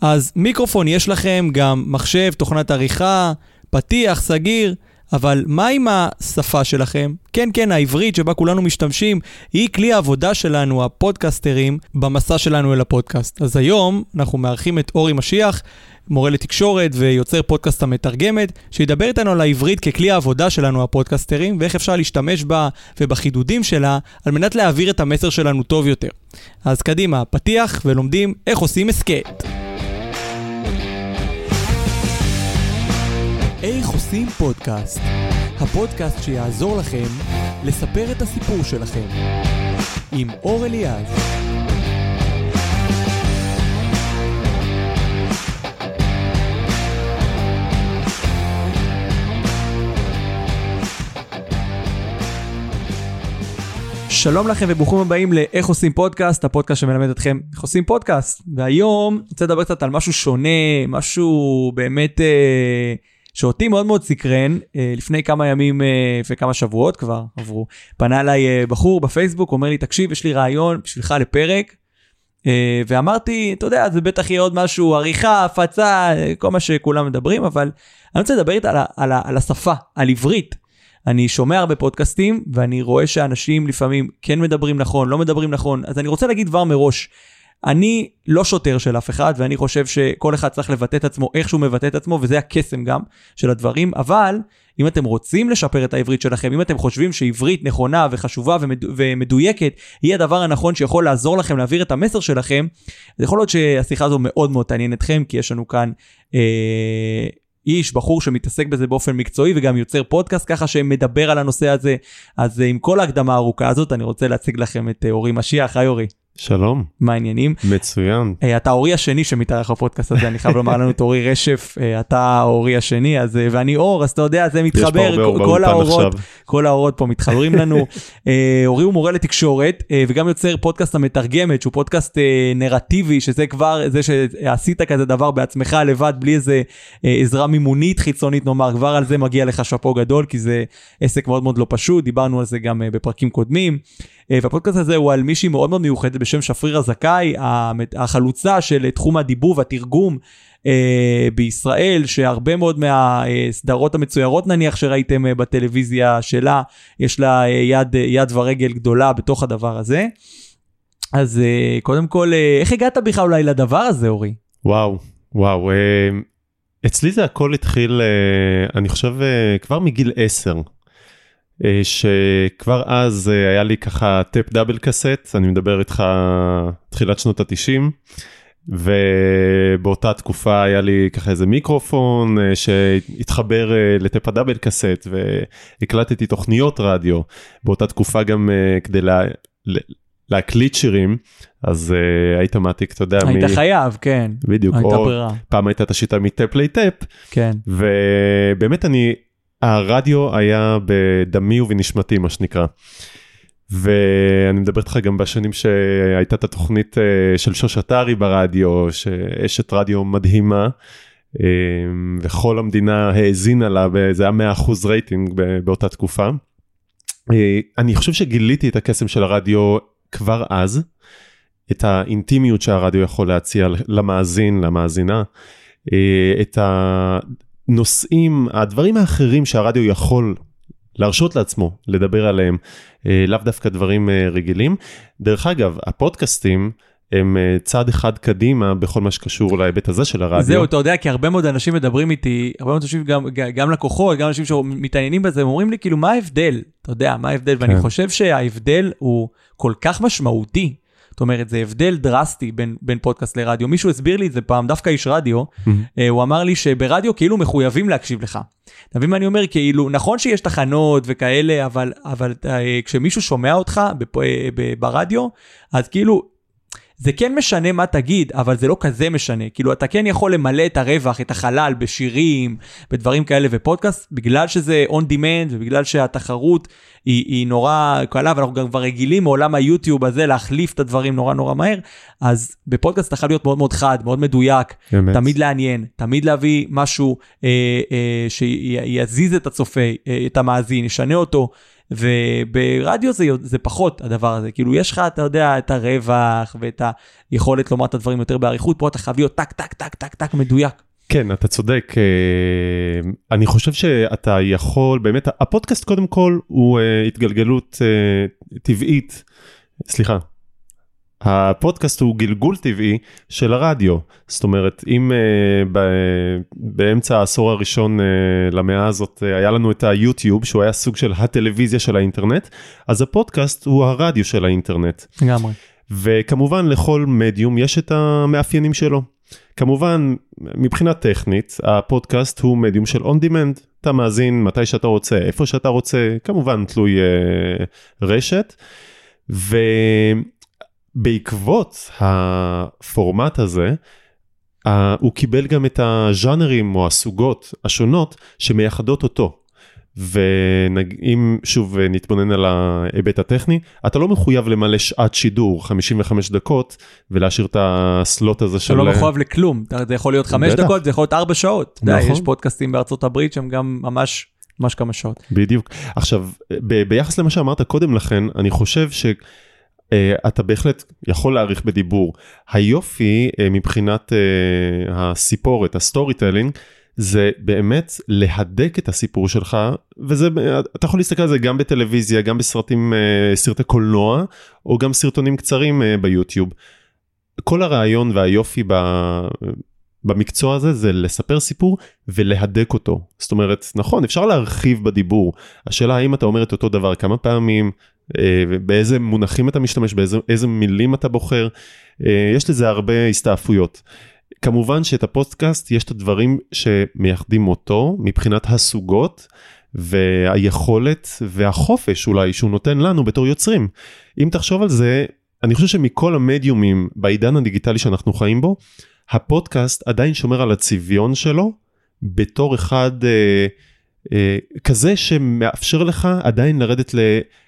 אז מיקרופון יש לכם, גם מחשב, תוכנת עריכה, פתיח, סגיר, אבל מה עם השפה שלכם? כן, העברית שבה כולנו משתמשים, היא כלי העבודה שלנו, הפודקסטרים, במסע שלנו אל הפודקאסט. אז היום אנחנו מארחים את אורי משיח, מורה לתקשורת ויוצר פודקאסט המתרגמת, שידבר איתנו על העברית ככלי העבודה שלנו, הפודקסטרים, ואיך אפשר להשתמש בה ובחידודים שלה, על מנת להעביר את המסר שלנו טוב יותר. אז קדימה, פתיח ולומדים איך עושים הסקט. איך עושים פודקאסט? הפודקאסט שיעזור לכם לספר את הסיפור שלכם. עם אור אליעז. שלום לכם וברוכים הבאים לאיך עושים פודקאסט, הפודקאסט שמלמד אתכם איך עושים פודקאסט. והיום רוצה לדבר קצת על משהו שונה, משהו באמת שאותי מאוד מאוד סקרן. לפני כמה ימים וכמה שבועות כבר עברו, פנה אליי בחור בפייסבוק, אומר לי, תקשיב, יש לי רעיון בשבילך לפרק, ואמרתי, אתה יודע, זה בטח יהיה עוד משהו, עריכה, הפצה, כל מה שכולם מדברים, אבל אני רוצה לדבר איתה על השפה, על עברית. אני שומע הרבה פודקאסטים, ואני רואה שאנשים לפעמים כן מדברים נכון, לא מדברים נכון, אז אני רוצה להגיד דבר מראש, אני לא שוטר של אף אחד, ואני חושב שכל אחד צריך לבטא את עצמו, איך שהוא מבטא את עצמו, וזה הקסם גם של הדברים, אבל אם אתם רוצים לשפר את העברית שלכם, אם אתם חושבים שעברית נכונה וחשובה ומדויקת, היא הדבר הנכון שיכול לעזור לכם להעביר את המסר שלכם, אז יכול להיות שהשיחה הזו מאוד מאוד תעניין אתכם, כי יש לנו כאן איש, בחור שמתעסק בזה באופן מקצועי, וגם יוצר פודקאסט ככה שמדבר על הנושא הזה. אז עם כל ההקדמה הארוכה הזאת, אני רוצה להציג לכם את אורי משיח. היי אורי. שלום. מה העניינים? מצוין. אתה אורי השני שמתארח בפודקאסט הזה, אני חייב לומר לנו את אורי רשף, אתה אורי השני, ואני אור, אז אתה יודע, זה מתחבר, כל האורות פה מתחברים לנו. אורי הוא מורה לתקשורת, וגם יוצר פודקאסט המתרגמת, שהוא פודקאסט נרטיבי, שזה כבר, זה שעשית כזה דבר בעצמך לבד, בלי איזה עזרה מימונית חיצונית, נאמר, כבר על זה מגיע לך שאפו גדול, כי זה עסק מאוד מאוד לא פשוט, דיברנו על זה גם בפרקים קודמים. והפודקאסט הזה הוא על מישהי מאוד מאוד מיוחדת בשם שפרירה זכאי, החלוצה של תחום הדיבור והתרגום בישראל, שהרבה מאוד מהסדרות המצוירות נניח שראיתם בטלוויזיה שלה, יש לה יד ורגל גדולה בתוך הדבר הזה. אז קודם כל, איך הגעת בכלל אולי לדבר הזה, אורי? וואו, אצלי זה הכל התחיל, אני חושב כבר מגיל 10, שכבר אז היה לי ככה טאפ דאבל קסט, אני מדבר איתך תחילת שנות ה-90, ובאותה תקופה היה לי ככה איזה מיקרופון שהתחבר לטאפ הדאבל קסט, והקלטתי תוכניות רדיו, באותה תקופה גם כדי להקליט שירים, אז היית מעתיק, אתה יודע, היית חייב, כן. בדיוק, או פעם הייתה את השיטה מטאפ לטאפ, כן. ובאמת הרדיו היה בדמי ובנשמתי, מה שנקרא. ואני מדבר איתך גם בשנים שהייתה את התוכנית של שוש אתרי ברדיו, שאשת רדיו מדהימה, וכל המדינה האזינה לה, וזה היה 100% רייטינג באותה תקופה. אני חושב שגיליתי את הקסם של הרדיו כבר אז, את האינטימיות שהרדיו יכול להציע למאזין, למאזינה, את נושאים, הדברים האחרים שהרדיו יכול להרשות לעצמו, לדבר עליהם, לאו דווקא דברים רגילים. דרך אגב, הפודקאסטים הם צעד אחד קדימה בכל מה שקשור להיבט הזה של הרדיו. זהו, אתה יודע, כי הרבה מאוד אנשים מדברים איתי, הרבה מאוד אנשים, גם לקוחות, גם אנשים שמתעניינים בזה, הם אומרים לי כאילו, מה ההבדל? אתה יודע, מה ההבדל? ואני חושב שההבדל הוא כל כך משמעותי, זאת אומרת, זה הבדל דרסטי בין פודקאסט לרדיו. מישהו הסביר לי את זה פעם, דווקא איש רדיו, הוא אמר לי שברדיו כאילו מחויבים להקשיב לך. אתה מבין מה אני אומר? כאילו, נכון שיש תחנות וכאלה, אבל כשמישהו שומע אותך ברדיו, אז כאילו, זה כן משנה מה תגיד, אבל זה לא כזה משנה. כאילו, אתה כן יכול למלא את הרווח, את החלל, בשירים, בדברים כאלה, ופודקאסט, בגלל שזה on demand, ובגלל שהתחרות היא נורא קלה, ואנחנו גם כבר רגילים מעולם היוטיוב הזה, להחליף את הדברים נורא נורא מהר, אז בפודקאסט אתה חייב להיות מאוד מאוד חד, מאוד מדויק, תמיד לעניין, תמיד להביא משהו שיזיז את הצופה, את המאזין, ישנה אותו, וברדיו זה פחות הדבר הזה, כאילו יש לך, אתה יודע, את הרווח ואת היכולת לומר את הדברים יותר בעריכות, פה אתה חייב להיות טק, טק, טק, טק, טק, מדויק. כן, אתה צודק. אני חושב שאתה יכול, באמת, הפודקאסט קודם כל הוא התגלגלות טבעית, סליחה, הפודקאסט הוא גלגול טבעי של הרדיו. זאת אומרת, אם באמצע העשור הראשון למאה הזאת היה לנו את היוטיוב, שהוא היה סוג של הטלוויזיה של האינטרנט, אז הפודקאסט הוא הרדיו של האינטרנט. לגמרי. וכמובן לכל מדיום יש את המאפיינים שלו. כמובן, מבחינה טכנית, הפודקאסט הוא מדיום של on demand. אתה מאזין מתי שאתה רוצה, איפה שאתה רוצה, כמובן תלוי רשת. ובעקבות הפורמט הזה, הוא קיבל גם את הז'אנרים או הסוגות השונות שמייחדות אותו. ואם שוב נתבונן על ההיבט הטכני, אתה לא מחויב למלא שעת שידור 55 דקות ולהשאיר את הסלוט הזה של... אתה לא מחויב לכלום, זה יכול להיות 5 דקות, זה יכול להיות 4 שעות. נכון. יש פודקאסטים בארצות הברית שהם גם ממש כמה שעות. בדיוק. עכשיו, ביחס למה שאמרת קודם לכן, אני חושב שאתה בהחלט יכול להעריך בדיבור. היופי מבחינת הסיפורת, הסטורי טלינג, זה באמת להדק את הסיפור שלך, וזה, אתה יכול להסתכל על זה גם בטלוויזיה, גם בסרטים, סרטי קולנוע, או גם סרטונים קצרים ביוטיוב. כל הרעיון והיופי במקצוע הזה, זה לספר סיפור ולהדק אותו. זאת אומרת, נכון, אפשר להרחיב בדיבור. השאלה האם אתה אומר את אותו דבר כמה פעמים, באיזה מונחים אתה משתמש, באיזה מילים אתה בוחר, יש לזה הרבה הסתעפויות. כמובן שאת הפודקאסט יש את הדברים שמייחדים אותו מבחינת הסוגות והיכולת והחופש אולי שהוא נותן לנו בתור יוצרים. אם תחשוב על זה, אני חושב שמכל המדיומים בעידן הדיגיטלי שאנחנו חיים בו, הפודקאסט עדיין שומר על הצביון שלו בתור אחד כזה שמאפשר לך עדיין לרדת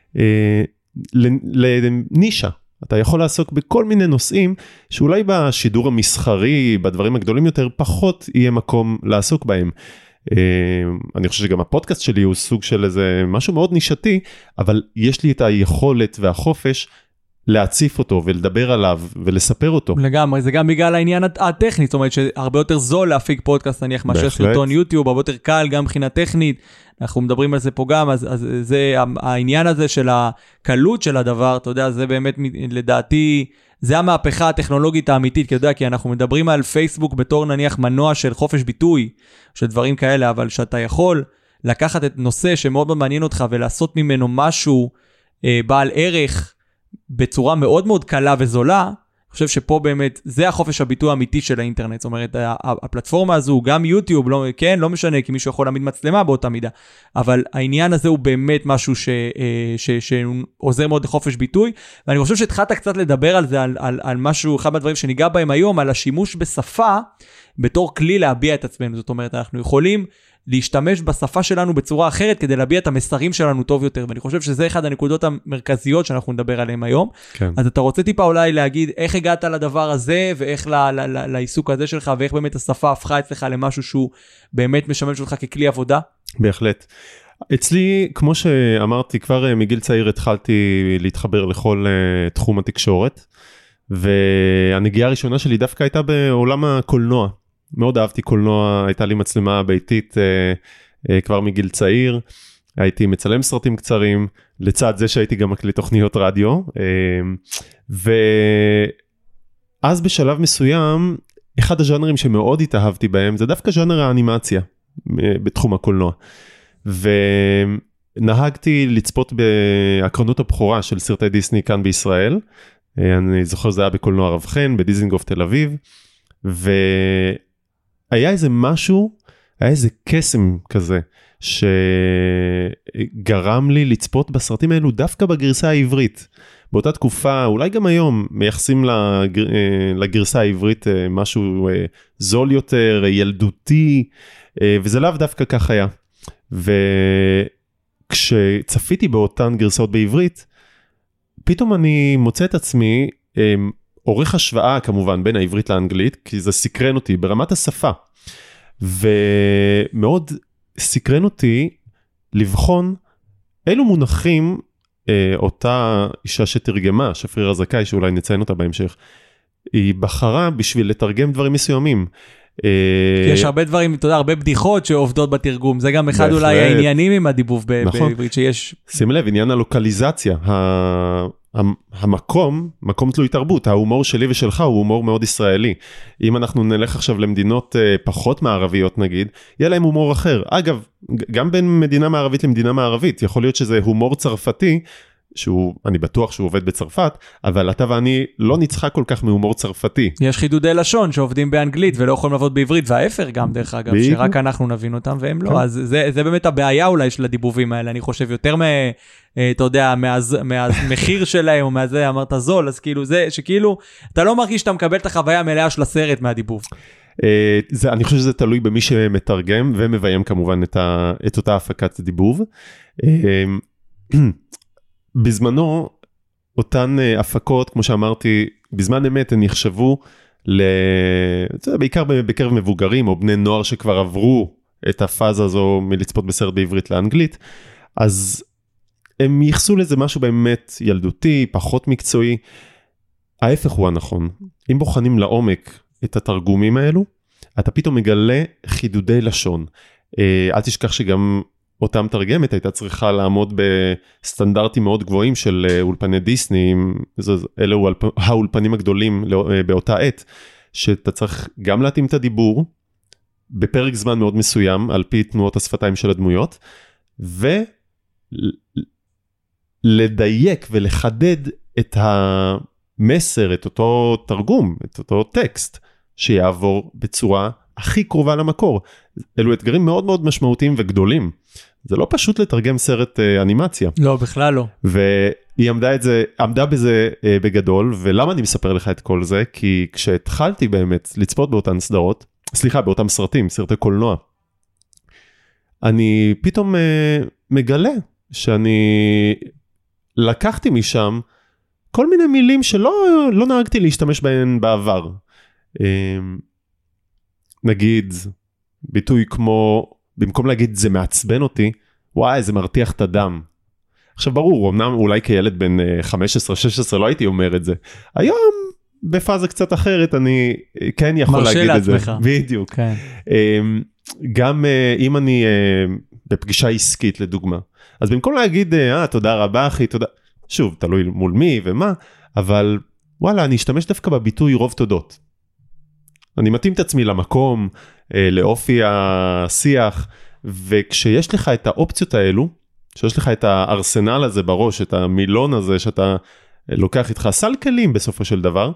לנישה. אתה יכול לעסוק בכל מיני נושאים שאולי בשידור המסחרי, בדברים הגדולים יותר, פחות יהיה מקום לעסוק בהם. אני חושב שגם הפודקאסט שלי הוא סוג של איזה משהו מאוד נישתי, אבל יש לי את היכולת והחופש להציף אותו ולדבר עליו ולספר אותו. לגמרי, זה גם בגלל העניין הטכני, זאת אומרת שהרבה יותר זול להפיק פודקאסט, נניח מאשר סרטון יוטיוב, הרבה יותר קל, גם מבחינה טכנית, אנחנו מדברים על זה פה גם, אז זה העניין הזה של הקלות של הדבר, אתה יודע, זה באמת לדעתי, זה המהפכה הטכנולוגית האמיתית, כי אנחנו מדברים על פייסבוק בתור נניח מנוע של חופש ביטוי, של דברים כאלה, אבל שאתה יכול לקחת את נושא שמאוד מאוד מעניין אותך, ולעשות ממנו משהו בעל ערך, בצורה מאוד מאוד קלה וזולה, אני חושב שפה באמת, זה החופש הביטוי האמיתי של האינטרנט, זאת אומרת, הפלטפורמה הזו, גם יוטיוב, לא משנה, כי מישהו יכול להעמיד מצלמה באותה מידה, אבל העניין הזה הוא באמת משהו שעוזר מאוד לחופש ביטוי, ואני חושב שהתחלת קצת לדבר על זה, על משהו, אחד מהדברים שניגע בהם היום, על השימוש בשפה, בתור כלי להביע את עצמנו, זאת אומרת, אנחנו יכולים להשתמש בשפה שלנו בצורה אחרת, כדי להביע את המסרים שלנו טוב יותר, ואני חושב שזה אחד הנקודות המרכזיות שאנחנו נדבר עליהן היום. כן. אז אתה רוצה טיפה אולי להגיד איך הגעת לדבר הזה, ואיך לעיסוק הזה שלך, ואיך באמת השפה הפכה אצלך למשהו שהוא באמת משמש אותך ככלי עבודה? בהחלט. אצלי, כמו שאמרתי, כבר מגיל צעיר התחלתי להתחבר לכל תחום התקשורת, והנגיעה הראשונה שלי דווקא הייתה בעולם הקולנוע. מאוד אהבתי קולנוע, הייתה לי מצלמה ביתית כבר מגיל צעיר, הייתי מצלם סרטים קצרים, לצד זה שהייתי גם מקליט תוכניות רדיו, ואז בשלב מסוים, אחד הז'אנרים שמאוד התאהבתי בהם, זה דווקא ז'אנר האנימציה בתחום הקולנוע, ונהגתי לצפות בהקרנות הבכורה של סרטי דיסני כאן בישראל, אני זוכר זה היה בקולנוע רב חן, בדיזינגוף תל אביב, והיה איזה משהו, היה איזה קסם כזה, שגרם לי לצפות בסרטים האלו דווקא בגרסה העברית. באותה תקופה, אולי גם היום, מייחסים לגרסה העברית משהו זול יותר, ילדותי, וזה לאו דווקא כך היה. וכשצפיתי באותן גרסאות בעברית, פתאום אני מוצא את עצמי, עורך השוואה כמובן בין העברית לאנגלית, כי זה סקרן אותי ברמת השפה, ומאוד סקרן אותי לבחון אילו מונחים אותה אישה שתרגמה, שפרירה זכאי, שאולי נציין אותה בהמשך, היא בחרה בשביל לתרגם דברים מסוימים. יש הרבה דברים, אתה יודע, הרבה בדיחות שעובדות בתרגום, זה גם אחד אולי העניינים עם הדיבוב בעברית שיש. שים לב, עניין הלוקליזציה, מקום תלוי תרבות, ההומור שלי ושלך הוא הומור מאוד ישראלי. אם אנחנו נלך עכשיו למדינות פחות מערביות נגיד, יהיה להם הומור אחר. אגב, גם בין מדינה מערבית למדינה מערבית, יכול להיות שזה הומור צרפתי, אני בטוח שהוא עובד בצרפת, אבל אתה ואני לא נצחק כל כך מהומור צרפתי. יש חידודי לשון שעובדים באנגלית ולא יכולים לעבוד בעברית, וההפך גם דרך אגב, שרק אנחנו נבין אותם והם לא. אז זה באמת הבעיה אולי של הדיבובים האלה, אני חושב יותר אתה יודע, מהמחיר שלהם, או מהזה אמרת זול, אז כאילו זה, שכאילו, אתה לא מרגיש שאתה מקבל את החוויה המלאה של הסרט מהדיבוב. אני חושב שזה תלוי במי שמתרגם, ומביים כמובן את אותה הפקת דיבוב. בזמנו, אותן הפקות, כמו שאמרתי, בזמן אמת הן נחשבו, בעיקר בקרב מבוגרים, או בני נוער שכבר עברו את הפאזה הזו מלצפות בסרט בעברית לאנגלית, אז הם ייחסו לזה משהו באמת ילדותי, פחות מקצועי. ההפך הוא הנכון. אם בוחנים לעומק את התרגומים האלו, אתה פתאום מגלה חידודי לשון. אל תשכח שגם אותה מתרגמת הייתה צריכה לעמוד בסטנדרטים מאוד גבוהים של אולפני דיסני, אלו האולפנים הגדולים באותה עת, שאתה צריך גם להתאים את בפרק זמן מאוד מסוים, על פי תנועות השפתיים של הדמויות, לדייק ולחדד את המסר, את אותו תרגום, את אותו טקסט, שיעבור בצורה הכי קרובה למקור. אלו אתגרים מאוד מאוד משמעותיים וגדולים. זה לא פשוט לתרגם סרט אנימציה. לא, בכלל לא. והיא עמדה בזה בגדול, ולמה אני מספר לך את כל זה? כי כשהתחלתי באמת לצפות באותן סדרות, באותם סרטים, סרטי קולנוע, אני פתאום מגלה שאני לקחתי משם כל מיני מילים שלא נהגתי להשתמש בהן בעבר. נגיד, ביטוי כמו, במקום להגיד זה מעצבן אותי, וואי, זה מרתיח את הדם. עכשיו ברור, אמנם אולי כילד בן 15-16 לא הייתי אומר את זה. היום, בפאזה קצת אחרת, אני כן יכול להגיד את זה. מרשה לעצמך. בדיוק. כן. גם אם אני בפגישה עסקית לדוגמה, אז במקום להגיד, תודה רבה אחי, תודה, שוב, תלוי מול מי ומה, אבל וואלה, אני אשתמש דווקא בביטוי רוב תודות. אני מתאים את עצמי למקום, לאופי השיח, וכשיש לך את האופציות האלו, שיש לך את הארסנל הזה בראש, את המילון הזה שאתה לוקח איתך, סל כלים בסופו של דבר,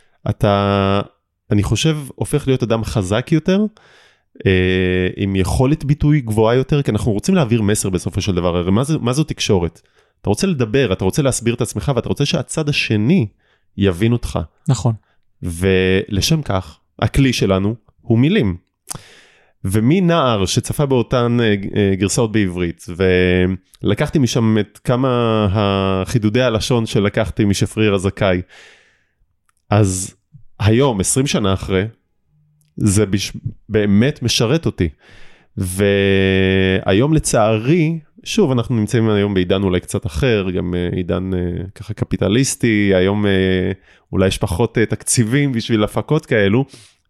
אני חושב, הופך להיות אדם חזק יותר, עם יכולת ביטוי גבוהה יותר, כי אנחנו רוצים להעביר מסר בסופו של דבר, הרי מה זו תקשורת? אתה רוצה לדבר, אתה רוצה להסביר את עצמך, ואתה רוצה שהצד השני יבין אותך. נכון. ולשם כך, הכלי שלנו הוא מילים. ומי נער שצפה באותן גרסאות בעברית, ולקחתי משם את כמה החידודי הלשון שלקחתי משפרירה זכאי, אז היום, 20 שנה אחרי, זה באמת משרת אותי. והיום לצערי, שוב אנחנו נמצאים היום בעידן אולי קצת אחר, גם עידן ככה קפיטליסטי, היום אולי יש פחות תקציבים בשביל הפקות כאלו,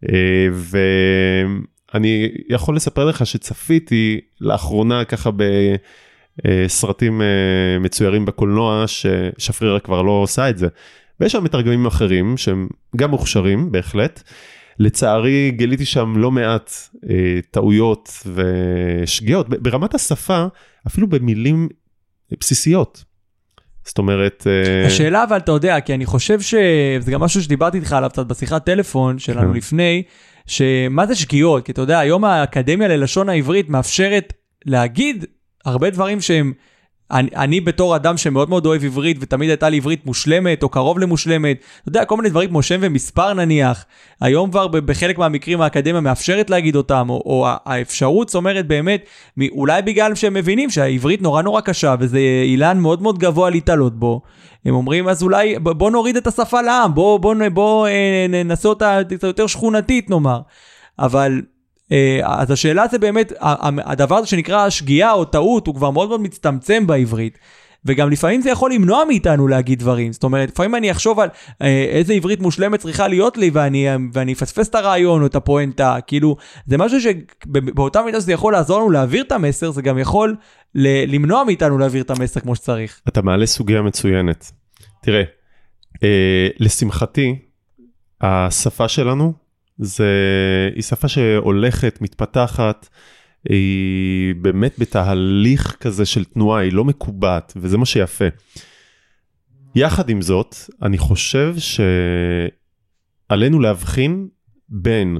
ואני יכול לספר לך שצפיתי לאחרונה ככה בסרטים מצוירים בקולנוע, ששפרירה כבר לא עושה את זה, ויש שם מתרגמים אחרים שהם גם מוכשרים בהחלט, לצערי גיליתי שם לא מעט טעויות ושגיאות, ברמת השפה, אפילו במילים בסיסיות. זאת אומרת... השאלה אבל אתה יודע, כי אני חושב שזה גם משהו שדיברתי איתך עליו קצת בשיחת טלפון שלנו לפני, שמה זה שגיאות? כי אתה יודע, היום האקדמיה ללשון העברית מאפשרת להגיד הרבה דברים שהם... אני בתור אדם שמאוד מאוד אוהב עברית, ותמיד הייתה לי עברית מושלמת, או קרוב למושלמת, אתה יודע, כל מיני דברים כמו שם ומספר נניח, היום כבר בחלק מהמקרים האקדמיה מאפשרת להגיד אותם, או האפשרות, זאת אומרת באמת, אולי בגלל שהם מבינים שהעברית נורא נורא קשה, וזה אילן מאוד מאוד גבוה להתעלות בו, הם אומרים, אז אולי בוא נוריד את השפה לעם, בוא ננסה אותה יותר שכונתית נאמר, אבל... אז השאלה זה באמת, הדבר הזה שנקרא שגיאה או טעות, הוא כבר מאוד מאוד מצטמצם בעברית. וגם לפעמים זה יכול למנוע מאיתנו להגיד דברים. זאת אומרת, לפעמים אני אחשוב על איזה עברית מושלמת צריכה להיות לי, ואני אפספס את הרעיון או את הפואנטה. כאילו, זה משהו שבאותה מידה שזה יכול לעזור לנו להעביר את המסר, זה גם יכול למנוע מאיתנו להעביר את המסר כמו שצריך. אתה מעלה סוגיה מצוינת. תראה, לשמחתי, השפה שלנו, היא שפה שהולכת, מתפתחת, היא באמת בתהליך כזה של תנועה, היא לא מקובעת, וזה מה שיפה. יחד עם זאת, אני חושב שעלינו להבחין בין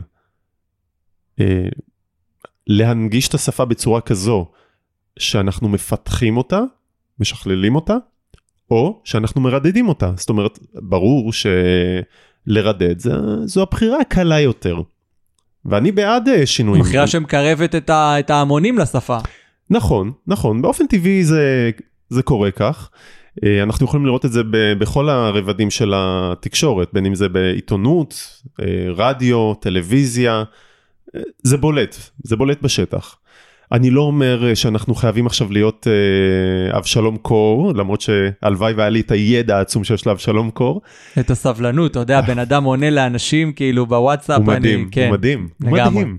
להנגיש את השפה בצורה כזו, שאנחנו מפתחים אותה, משכללים אותה, או שאנחנו מרדדים אותה. זאת אומרת, ברור שלרדד, זו הבחירה הקלה יותר. ואני בעד שינויים. בחירה שמקרבת את ההמונים לשפה. נכון, נכון. באופן טבעי זה קורה כך. אנחנו יכולים לראות את זה בכל הרבדים של התקשורת, בין אם זה בעיתונות, רדיו, טלוויזיה. זה בולט בשטח. אני לא אומר שאנחנו חייבים עכשיו להיות אבשלום קור, למרות שהלוואי והיה לי את הידע העצום שיש לאבשלום קור. את הסבלנות, אתה יודע, בן אדם עונה לאנשים כאילו בוואטסאפ. הוא מדהים, הוא מדהים, הוא מדהים.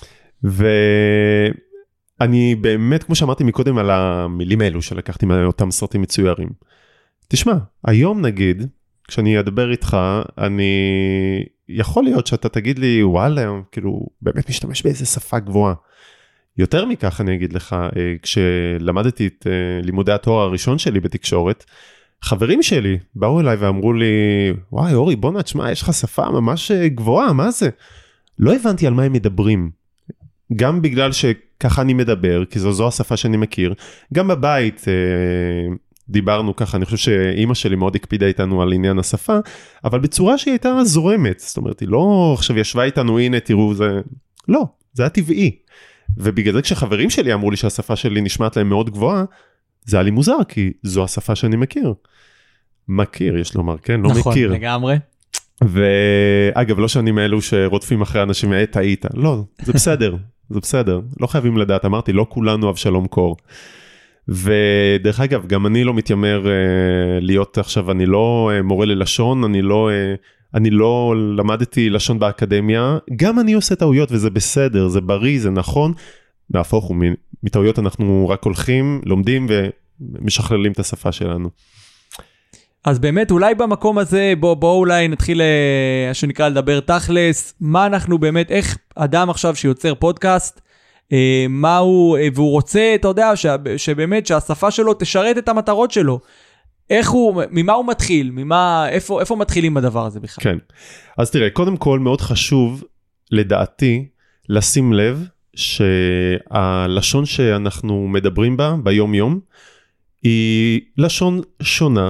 ואני באמת, כמו שאמרתי מקודם על המילים האלו שלקחתי מאותם סרטים מצוירים. תשמע, היום נגיד, כשאני אדבר איתך, אני יכול להיות שאתה תגיד לי, וואלה, כאילו, באמת משתמש באיזה שפה גבוהה. יותר מכך אני אגיד לך, כשלמדתי את לימודי התואר הראשון שלי בתקשורת, חברים שלי באו אליי ואמרו לי, וואי אורי, בוא נשמע, יש לך שפה ממש גבוהה, מה זה? לא הבנתי על מה הם מדברים. גם בגלל שככה אני מדבר, כי זו השפה שאני מכיר. גם בבית דיברנו ככה, אני חושב שאמא שלי מאוד הקפידה איתנו על עניין השפה, אבל בצורה שהיא הייתה זורמת. זאת אומרת, היא לא עכשיו ישבה איתנו, הנה תראו, זה... לא, זה היה טבעי. ובגלל זה כשחברים שלי אמרו לי שהשפה שלי נשמעת להם מאוד גבוהה, זה היה לי מוזר, כי זו השפה שאני מכיר. מכיר, יש לומר, כן? לא נכון, מכיר. נכון, לגמרי. ואגב, לא שאני מאלו שרודפים אחרי אנשים, טעית. לא, זה בסדר, זה בסדר. לא חייבים לדעת, אמרתי, לא כולנו אבשלום קור. ודרך אגב, גם אני לא מתיימר להיות עכשיו, אני לא מורה ללשון, אני לא למדתי לשון באקדמיה, גם אני עושה טעויות וזה בסדר, זה בריא, זה נכון, נהפוך הוא, מטעויות אנחנו רק הולכים, לומדים ומשכללים את השפה שלנו. אז באמת אולי במקום הזה, בוא אולי נתחיל, שנקרא לדבר תכלס, מה אנחנו באמת, איך אדם עכשיו שיוצר פודקאסט, מה הוא, והוא רוצה, אתה יודע, שבאמת שהשפה שלו תשרת את המטרות שלו, איך הוא, ממה הוא מתחיל? איפה מתחילים בדבר הזה בכלל? כן. אז תראה, קודם כל מאוד חשוב, לדעתי, לשים לב שהלשון שאנחנו מדברים בה ביום יום, היא לשון שונה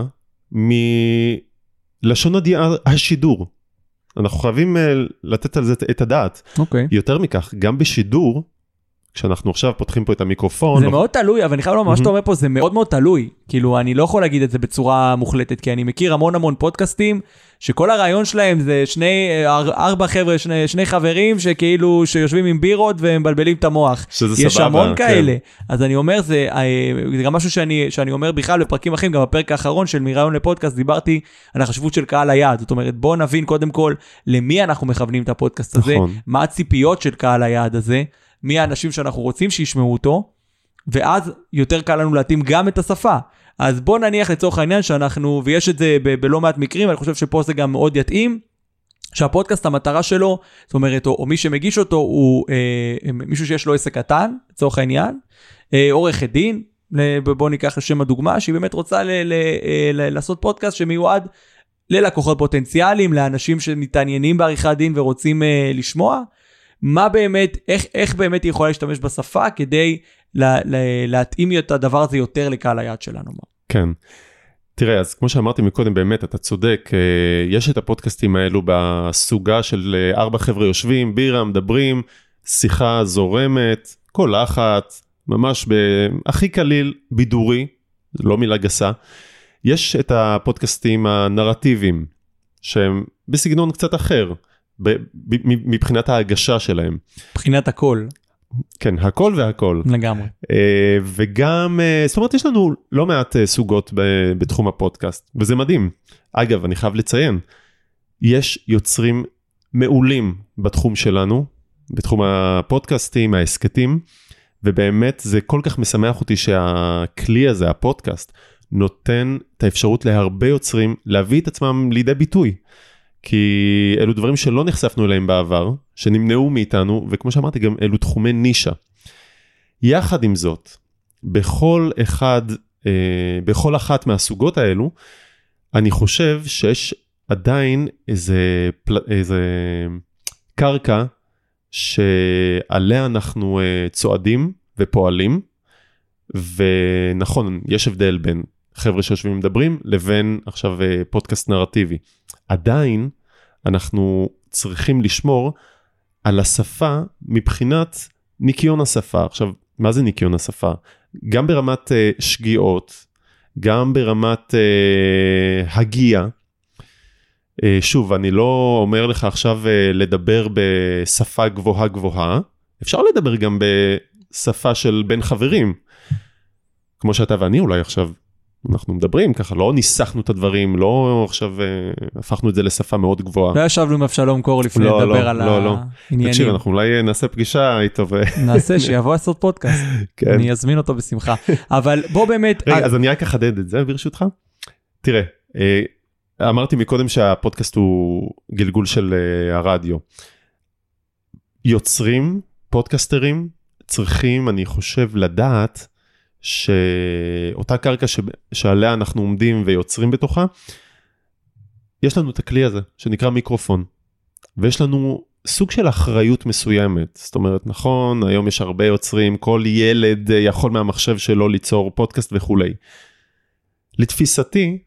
מלשון השידור. אנחנו חייבים לתת על זה את הדעת. אוקיי. יותר מכך, גם בשידור, כשאנחנו עכשיו פותחים פה את המיקרופון. זה מאוד תלוי, אבל אני חייב לומר, מה שאתה אומר פה זה מאוד מאוד תלוי. כאילו, אני לא יכול להגיד את זה בצורה מוחלטת, כי אני מכיר המון פודקאסטים, שכל הרעיון שלהם זה ארבע חבר'ה, שני חברים, שכאילו, שיושבים עם בירות ומבלבלים את המוח. שזה סבבה. יש המון כאלה. אז אני אומר, זה גם משהו שאני אומר בכלל בפרקים אחרים, גם בפרק האחרון של מרעיון לפודקאסט, דיברתי על החשיבות של קהל היעד. זאת אומרת, בואו נבין קודם כל, למי אנחנו מכוונים את הפודקאסט הזה, מה הציפיות של קהל היעד הזה, מי האנשים שאנחנו רוצים שישמעו אותו, ואז יותר קל לנו להתאים גם את השפה. אז בוא נניח לצורך העניין שאנחנו, ויש את זה בלא מעט מקרים, אני חושב שפה זה גם מאוד יתאים, שהפודקאסט המטרה שלו, זאת אומרת, או מי שמגיש אותו, הוא מישהו שיש לו עסק קטן, לצורך העניין, עורכת דין, בוא ניקח לשם הדוגמה, שהיא באמת רוצה לעשות פודקאסט שמיועד ללקוחות פוטנציאליים, לאנשים שמתעניינים בעריכת דין ורוצים לשמוע, מה באמת, איך באמת היא יכולה להשתמש בשפה כדי להתאים את הדבר הזה יותר לקהל היעד שלנו. כן. תראה, אז כמו שאמרתי מקודם, באמת, אתה צודק, יש את הפודקאסטים האלו בסוגה של 4 חבר'ה יושבים, בירה, מדברים, שיחה זורמת, קולחת, ממש הכי קליל, בידורי, לא מילה גסה. יש את הפודקאסטים הנרטיביים, שהם בסגנון קצת אחר, מבחינת ההגשה שלהם. מבחינת הכל. כן, הכל והכל. לגמרי. וגם, זאת אומרת, יש לנו לא מעט סוגות בתחום הפודקאסט, וזה מדהים. אגב, אני חייב לציין, יש יוצרים מעולים בתחום שלנו, בתחום הפודקאסטים, העסקתים, ובאמת זה כל כך משמח אותי שהכלי הזה, הפודקאסט, נותן את האפשרות להרבה יוצרים להביא את עצמם לידי ביטוי. כי אלו דברים שלא נחשפנו אליהם בעבר, שנמנעו מאיתנו, וכמו שאמרתי גם אלו תחומי נישה. יחד עם זאת, בכל אחת מהסוגות האלו, אני חושב שיש עדיין איזה קרקע שעליה אנחנו צועדים ופועלים, ונכון, יש הבדל בין חבר'ה שיושבים ומדברים, לבין עכשיו פודקאסט נרטיבי. עדיין אנחנו צריכים לשמור על השפה מבחינת ניקיון השפה. עכשיו, מה זה ניקיון השפה? גם ברמת שגיאות, גם ברמת הגיעה. שוב, אני לא אומר לך עכשיו לדבר בשפה גבוהה, אפשר לדבר גם בשפה של בין חברים. כמו שאתה ואני אולי עכשיו, אנחנו מדברים ככה, לא ניסחנו את הדברים, לא עכשיו הפכנו את זה לשפה מאוד גבוהה. לא ישבנו עם אבשלום קור לפני לדבר על העניינים. תקשיב, אנחנו אולי נעשה פגישה איתו. נעשה, שיבוא לעשות פודקאסט. אני אזמין אותו בשמחה. אבל בוא באמת... רגע, אז אני רק אחדד את זה ברשותך. תראה, אמרתי מקודם שהפודקאסט הוא גלגול של הרדיו. יוצרים, פודקאסטרים, צריכים, אני חושב, לדעת שאותה קרקע שעליה אנחנו עומדים ויוצרים בתוכה, יש לנו את הכלי הזה שנקרא מיקרופון, ויש לנו סוג של אחריות מסוימת. זאת אומרת, נכון, היום יש הרבה יוצרים, כל ילד יכול מהמחשב שלו ליצור פודקאסט וכו'. לתפיסתי,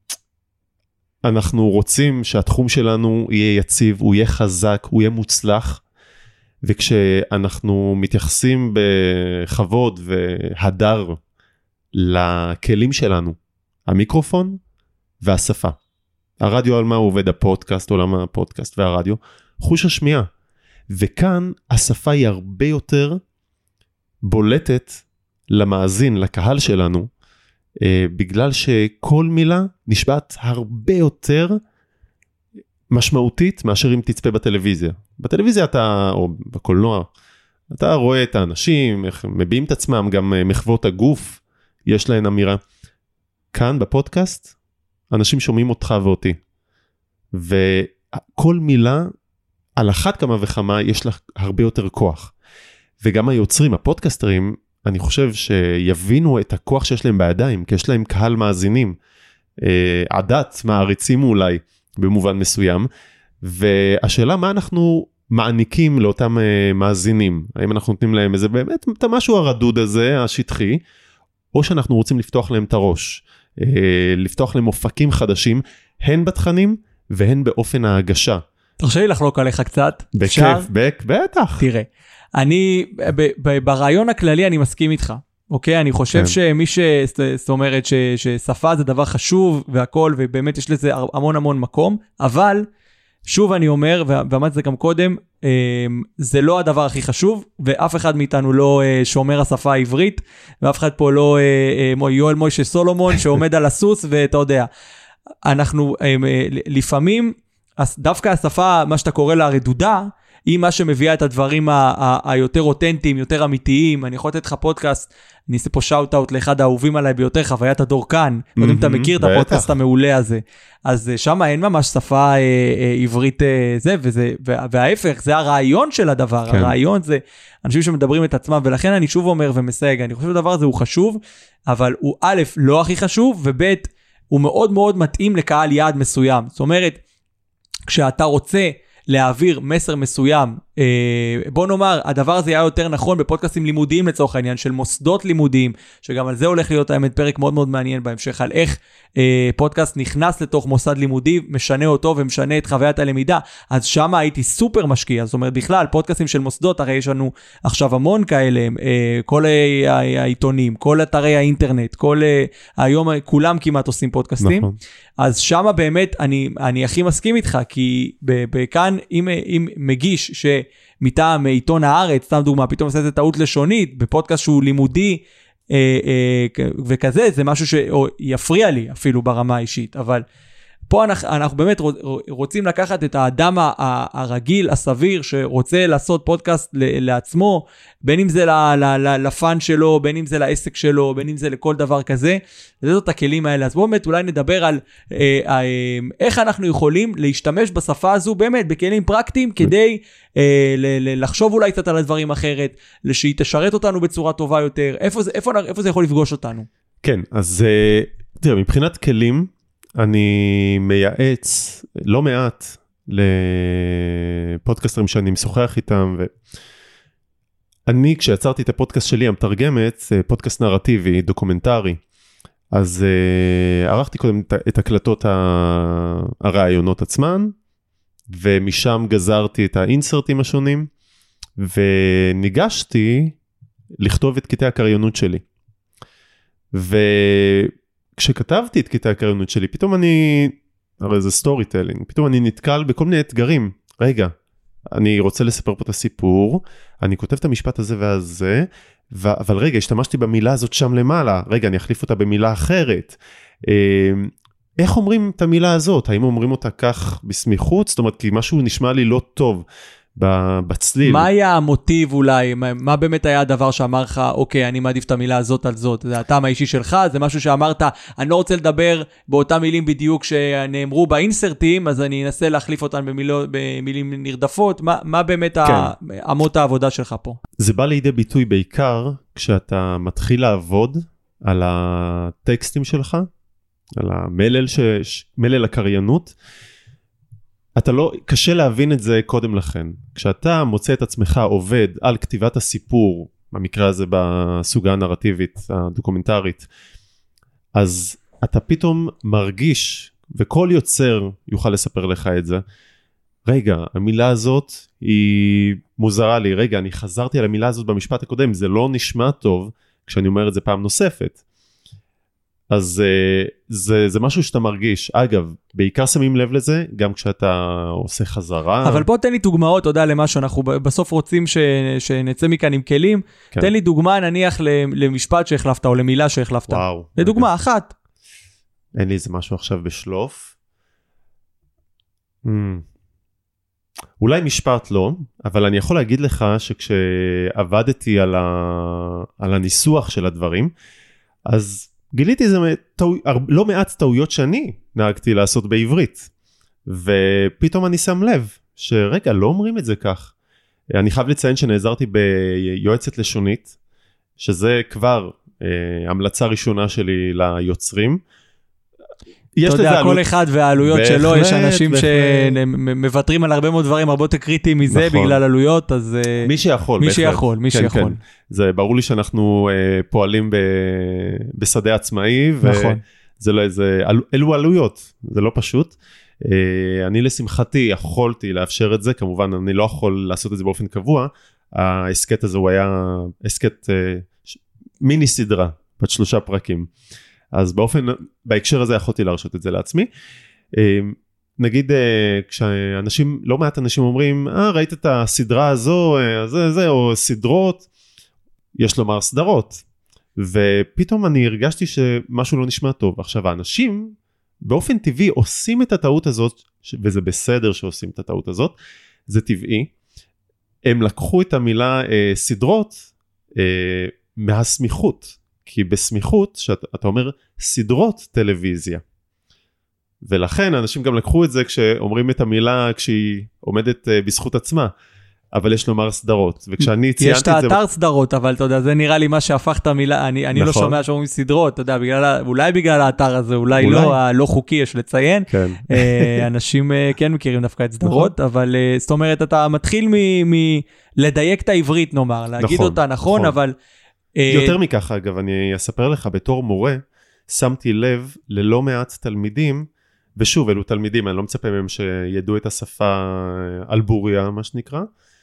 אנחנו רוצים שהתחום שלנו יהיה יציב, הוא יהיה חזק, הוא יהיה מוצלח, וכשאנחנו מתייחסים בכבוד והדר לכלים שלנו, המיקרופון והשפה. הרדיו על מה הוא עובד, הפודקאסט, עולם הפודקאסט והרדיו, חוש השמיעה. וכאן השפה היא הרבה יותר בולטת למאזין, לקהל שלנו, בגלל שכל מילה נשבעת הרבה יותר משמעותית מאשר אם תצפה בטלוויזיה. בטלוויזיה אתה, או בקולנוע, אתה רואה את האנשים, איך מביעים את עצמם, גם מחוות הגוף, יש להן אמירה. כאן בפודקאסט, אנשים שומעים אותך ואותי. וכל מילה, על אחת כמה וכמה, יש לה הרבה יותר כוח. וגם היוצרים, הפודקאסטרים, אני חושב שיבינו את הכוח שיש להם בידיים, כי יש להם קהל מאזינים, עדת, מעריצים אולי, במובן מסוים, והשאלה מה אנחנו מעניקים לאותם מאזינים, האם אנחנו נותנים להם איזה באמת את המשהו הרדוד הזה, השטחי, או שאנחנו רוצים לפתוח להם את הראש, לפתוח להם אופקים חדשים, הן בתכנים והן באופן ההגשה. תרשה לי לחלוק עליך קצת. בכיף, בטח. תראה, אני, ברעיון הכללי אני מסכים איתך. אוקיי, אני חושב שמי זאת אומרת ששפה זה דבר חשוב והכל, ובאמת יש לזה המון המון מקום, אבל שוב אני אומר, ואמרתי זה גם קודם, זה לא הדבר הכי חשוב, ואף אחד מאיתנו לא שומר השפה העברית, ואף אחד פה לא יואל מוישה סולומון שעומד על הסוס, ואתה יודע, אנחנו לפעמים, דווקא השפה, מה שאתה קורא לה רדודה, היא מה שמביאה את הדברים היותר אותנטיים, יותר אמיתיים. אני יכול לתת לך פודקאסט, אני אעשה פה שאוט-אוט לאחד האהובים עליי ביותר, חוויית הדורקן, לא יודע אם אתה מכיר את הפודקאסט המעולה הזה. אז שם אין ממש שפה עברית זה, וההפך, זה הרעיון של הדבר, הרעיון זה אנשים שמדברים את עצמם, ולכן אני שוב אומר ומסייג, אני חושב שהדבר הזה הוא חשוב, אבל הוא א', לא הכי חשוב, וב', הוא מאוד מאוד מתאים לקהל יעד מסוים. זאת אומרת, כשאתה רוצה להעביר מסר מסוים בוא נאמר, הדבר הזה היה יותר נכון בפודקאסטים לימודיים לצורך העניין, של מוסדות לימודיים, שגם על זה הולך להיות האמת פרק מאוד מאוד מעניין בהמשך, על איך פודקאסט נכנס לתוך מוסד לימודי, משנה אותו ומשנה את חוויית הלמידה, אז שם הייתי סופר משקיע, זאת אומרת בכלל, פודקאסטים של מוסדות, הרי יש לנו עכשיו המון כאלה, כל העיתונים, כל אתרי האינטרנט, היום כולם כמעט עושים פודקאסטים, נכון. אז שם באמת אני הכי מסכים איתך, כי בכאן אם מגיש שמטעם עיתון הארץ, סתם דוגמה, פתאום עושה את טעות לשונית, בפודקאסט שהוא לימודי וכזה, זה משהו שיפריע לי אפילו ברמה האישית, אבל פה אנחנו באמת רוצים לקחת את האדם הרגיל, הסביר, שרוצה לעשות פודקאסט לעצמו, בין אם זה לפן שלו, בין אם זה לעסק שלו, בין אם זה לכל דבר כזה, זה את הכלים האלה. אז בואו באמת אולי נדבר על איך אנחנו יכולים להשתמש בשפה הזו, באמת בכלים פרקטיים, כדי לחשוב אולי קצת על הדברים אחרת, שהיא תשרת אותנו בצורה טובה יותר, איפה זה יכול לפגוש אותנו? כן, אז תראה, מבחינת כלים, אני מייעץ לא מעט לפודקאסטרים שאני משוחח איתם, ואני כשיצרתי את הפודקאסט שלי, המתרגמת, פודקאסט נרטיבי, דוקומנטרי, אז ערכתי קודם את הקלטות הרעיונות עצמן, ומשם גזרתי את האינסרטים השונים, וניגשתי לכתוב את קטעי הקריינות שלי. כשכתבתי את קטעי הקריינות שלי, פתאום הרי זה סטורי טלינג, פתאום אני נתקל בכל מיני אתגרים. רגע, אני רוצה לספר פה את הסיפור, אני כותב את המשפט הזה והזה, אבל רגע, השתמשתי במילה הזאת שם למעלה, רגע, אני אחליף אותה במילה אחרת. איך אומרים את המילה הזאת? האם אומרים אותה כך בסמיכות? זאת אומרת, כי משהו נשמע לי לא טוב בצליל. מה היה המוטיב אולי? מה באמת היה הדבר שאמר לך, אוקיי, אני מעדיף את המילה הזאת על זאת? זה הטעם האישי שלך? זה משהו שאמרת, אני לא רוצה לדבר באותם מילים בדיוק שנאמרו באינסרטים, אז אני אנסה להחליף אותן במילים נרדפות. מה באמת אמות העבודה שלך פה? זה בא לידי ביטוי בעיקר כשאתה מתחיל לעבוד על הטקסטים שלך, על מלל הקריינות, קשה להבין את זה קודם לכן. כשאתה מוצא את עצמך עובד על כתיבת הסיפור, במקרה הזה בסוגה הנרטיבית, הדוקומנטרית, אז אתה פתאום מרגיש, וכל יוצר יוכל לספר לך את זה, רגע, המילה הזאת היא מוזרה לי, רגע, אני חזרתי על המילה הזאת במשפט הקודם, זה לא נשמע טוב כשאני אומר את זה פעם נוספת. אז זה משהו שאתה מרגיש. אגב, בעיקר שמים לב לזה, גם כשאתה עושה חזרה. אבל בוא תן לי דוגמאות, תודה למשהו, אנחנו בסוף רוצים שנצא מכאן עם כלים. כן. תן לי דוגמה, נניח למשפט שהחלפת, או למילה שהחלפת. וואו. לדוגמה, אחת. אין לי איזה משהו עכשיו בשלוף. אולי משפט לא, אבל אני יכול להגיד לך שכשעבדתי על הניסוח של הדברים, אז גיליתי איזה לא מעט טעויות שאני נהגתי לעשות בעברית, ופתאום אני שם לב שרגע, לא אומרים את זה כך. אני חייב לציין שנעזרתי ביועצת לשונית, שזה כבר המלצה ראשונה שלי ליוצרים. אתה יודע, כל אחד והעלויות שלו, יש אנשים שמוותרים על הרבה מאוד דברים, הרבה יותר קריטיים מזה בגלל עלויות, אז מי שיכול. מי שיכול. זה ברור לי שאנחנו פועלים בשדה עצמאי, ואלו עלויות, זה לא פשוט. אני לשמחתי יכולתי לאפשר את זה, כמובן אני לא יכול לעשות את זה באופן קבוע, העסקת הזה הוא היה עסקת מיני סדרה, בת 3 פרקים. אז בהקשר הזה יכולתי להרשות את זה לעצמי. נגיד, כשאנשים, לא מעט אנשים אומרים, ראית את הסדרה הזו, או סדרות, יש לומר סדרות. ופתאום אני הרגשתי שמשהו לא נשמע טוב. עכשיו, האנשים באופן טבעי עושים את הטעות הזאת, וזה בסדר שעושים את הטעות הזאת, זה טבעי. הם לקחו את המילה סדרות מהסמיכות. כי בסמיכות, שאתה אומר, סדרות טלוויזיה. ולכן, אנשים גם לקחו את זה כשאומרים את המילה, כשהיא עומדת בזכות עצמה. אבל יש לומר סדרות, וכשאני ציינתי את זה... יש את האתר סדרות, אבל אתה יודע, זה נראה לי מה שהפך את המילה, אני לא שומע שאומרים סדרות, אתה יודע, אולי בגלל האתר הזה, אולי לא חוקי, יש לציין, אנשים כן מכירים דווקא את סדרות, אבל זאת אומרת, אתה מתחיל לדייק את העברית, נאמר, להגיד אותה נכון, אבל... יותר מכך, אגב, אני אספר לך, בתור מורה, שמתי לב ללא מעט תלמידים, ושוב, אלו תלמידים, אני לא מצפה מהם שידעו את השפה על בוריה, מה שנקרא.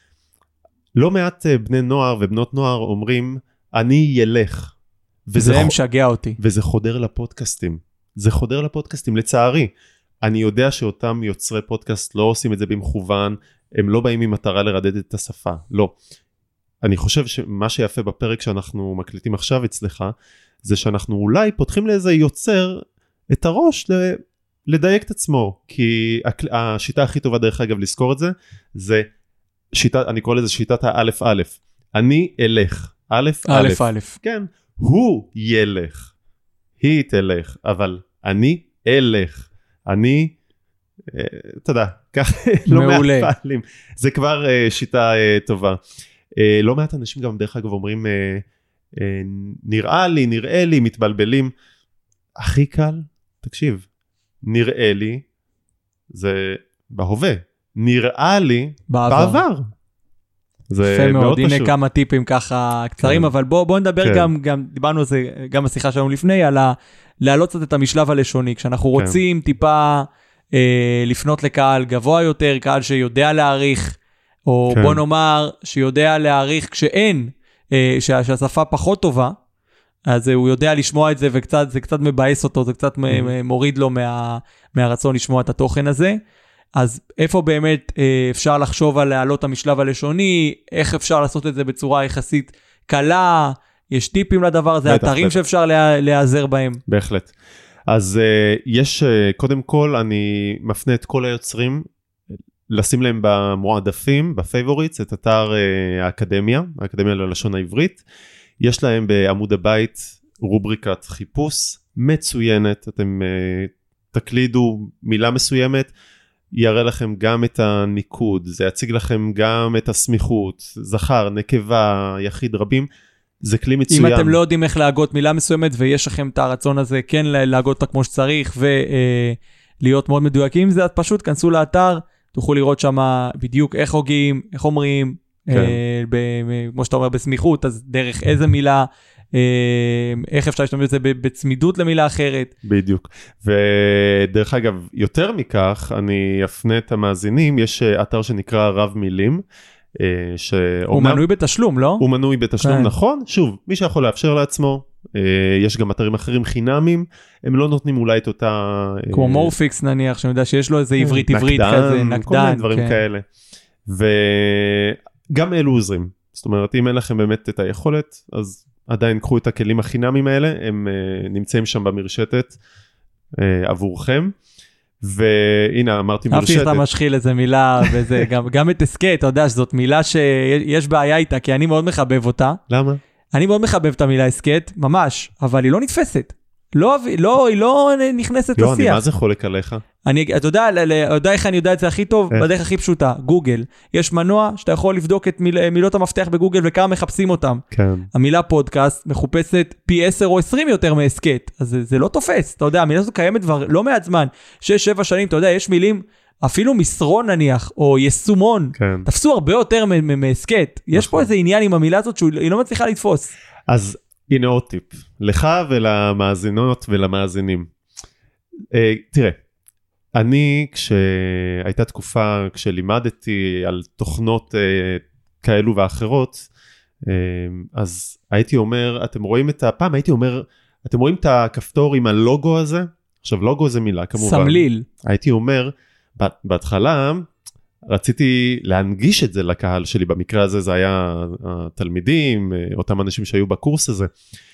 לא מעט בני נוער ובנות נוער אומרים, אני ילך. וזה משגע אותי. וזה חודר לפודקאסטים. זה חודר לפודקאסטים, לצערי. אני יודע שאותם יוצרי פודקאסט לא עושים את זה במכוון, הם לא באים עם מטרה לרדד את השפה, לא. אני חושב שמה שיפה בפרק שאנחנו מקליטים עכשיו אצלך, זה שאנחנו אולי פותחים לאיזה יוצר את הראש לדייק את עצמו, כי השיטה הכי טובה דרך אגב לזכור את זה, זה שיטה, אני קורא לזה שיטת האלף א', אני אלך, אלף א', כן, הוא ילך, היא תלך, אבל אני אלך, אני, אתה יודע, כך לא מעט פעלים, זה כבר שיטה טובה. לא מעט אנשים גם דרך אגב אומרים, נראה לי, מתבלבלים, הכי קל, תקשיב, נראה לי, זה בהווה, נראה לי, בעבר. יפה מאוד, הנה כמה טיפים ככה קצרים, אבל בוא נדבר גם דיברנו על זה, גם בשיחה שלנו לפני, על להעלות קצת את המשלב הלשוני, כשאנחנו רוצים טיפה לפנות לקהל גבוה יותר, קהל שיודע להעריך, או בוא נאמר שיודע להעריך כשאין, שהשפה פחות טובה, אז הוא יודע לשמוע את זה, וזה קצת מבאס אותו, זה קצת מוריד לו מהרצון לשמוע את התוכן הזה. אז איפה באמת אפשר לחשוב על להעלות המשלב הלשוני, איך אפשר לעשות את זה בצורה יחסית קלה, יש טיפים לדבר הזה, אתרים שאפשר להיעזר בהם. בהחלט. אז יש, קודם כל, אני מפנה את כל היוצרים, לשים להם במועדפים, בפייבוריטס, את אתר האקדמיה ללשון העברית. יש להם בעמוד הבית רובריקת חיפוש מצוינת, אתם תקלידו מילה מסוימת, יראה לכם גם את הניקוד, זה יציג לכם גם את הסמיכות, זכר, נקבה, יחיד רבים, זה כלי מצוין. אם אתם לא יודעים איך להגות מילה מסוימת, ויש לכם את הרצון הזה כן להגות אותה כמו שצריך, ולהיות מאוד מדויקים, זה פשוט כנסו לאתר, תוכלו לראות שם בדיוק איך הוגים, איך אומרים, כמו שאתה אומר בסמיכות, אז דרך איזה מילה, איך אפשר להשתמש בזה בצמידות למילה אחרת. בדיוק. ודרך אגב, יותר מכך, אני אפנה את המאזינים, יש אתר שנקרא רב מילים, הוא מנוי בתשלום, לא? הוא מנוי בתשלום, נכון. שוב, מי שיכול לאפשר לעצמו, יש גם אתרים אחרים חינמים, הם לא נותנים אולי את אותה... כמו מורפיקס נניח, שאני יודע שיש לו איזה עברית כזה, נקדן. כל מיני דברים כאלה. וגם אלו עוזרים. זאת אומרת, אם אין לכם באמת את היכולת, אז עדיין קחו את הכלים החינמים האלה, הם נמצאים שם במרשתת עבורכם. והנה, אמרתי מרשתת. אף שאתה משחיל איזה מילה, וזה גם את עסקי, אתה יודע שזאת מילה שיש בעיה איתה, כי אני מאוד מחבב אותה. למה? אני מאוד מחבב את המילה עסקת, ממש, אבל היא לא נתפסת. היא לא נכנסת לשיח. לא, אני מה זה חולק עליך? אתה יודע איך אני יודע את זה הכי טוב? בדרך הכי פשוטה, גוגל. יש מנוע שאתה יכול לבדוק את מילות המפתח בגוגל וכמה מחפשים אותם. כן. המילה פודקאסט מחופשת פי 10 או 20 יותר מעסקת. אז זה לא תופס, אתה יודע, המילה הזאת קיימת כבר לא מעט זמן. 6-7 שנים, אתה יודע, יש מילים, אפילו מסרון נניח, או יסומון, תפסו הרבה יותר מעסקת. יש פה איזה עניין עם המילה הזאת שהיא לא מצליחה לתפוס. אז הנה עוד טיפ, לך ולמאזינות ולמאזינים. תראה, אני כשהייתה תקופה, כשלימדתי על תוכנות כאלו ואחרות, אז הייתי אומר, פעם הייתי אומר, אתם רואים את הכפתור עם הלוגו הזה? עכשיו לוגו זה מילה כמובן. סמליל. הייתי אומר, בהתחלה, רציתי להנגיש את זה לקהל שלי, במקרה הזה זה היה התלמידים, אותם אנשים שהיו בקורס הזה,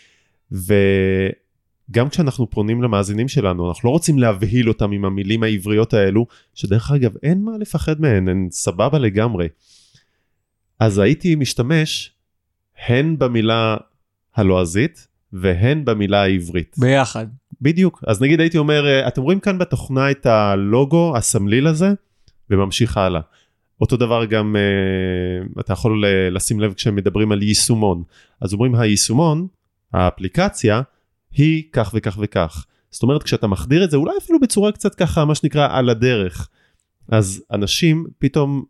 וגם כשאנחנו פונים למאזינים שלנו, אנחנו לא רוצים להבהיל אותם עם המילים העבריות האלו, שדרך אגב אין מה לפחד מהן, הן סבבה לגמרי. אז הייתי משתמש הן במילה הלועזית, והן במילה העברית. ביחד. בדיוק, אז נגיד הייתי אומר, אתם רואים כאן בתוכנה את הלוגו, הסמליל הזה, וממשיך הלאה. אותו דבר גם, אתה יכול לשים לב כשהם מדברים על יישומון, אז אומרים היישומון, האפליקציה, היא כך וכך וכך. זאת אומרת, כשאתה מחדיר את זה, אולי אפילו בצורה קצת ככה, מה שנקרא, על הדרך. אז אנשים פתאום,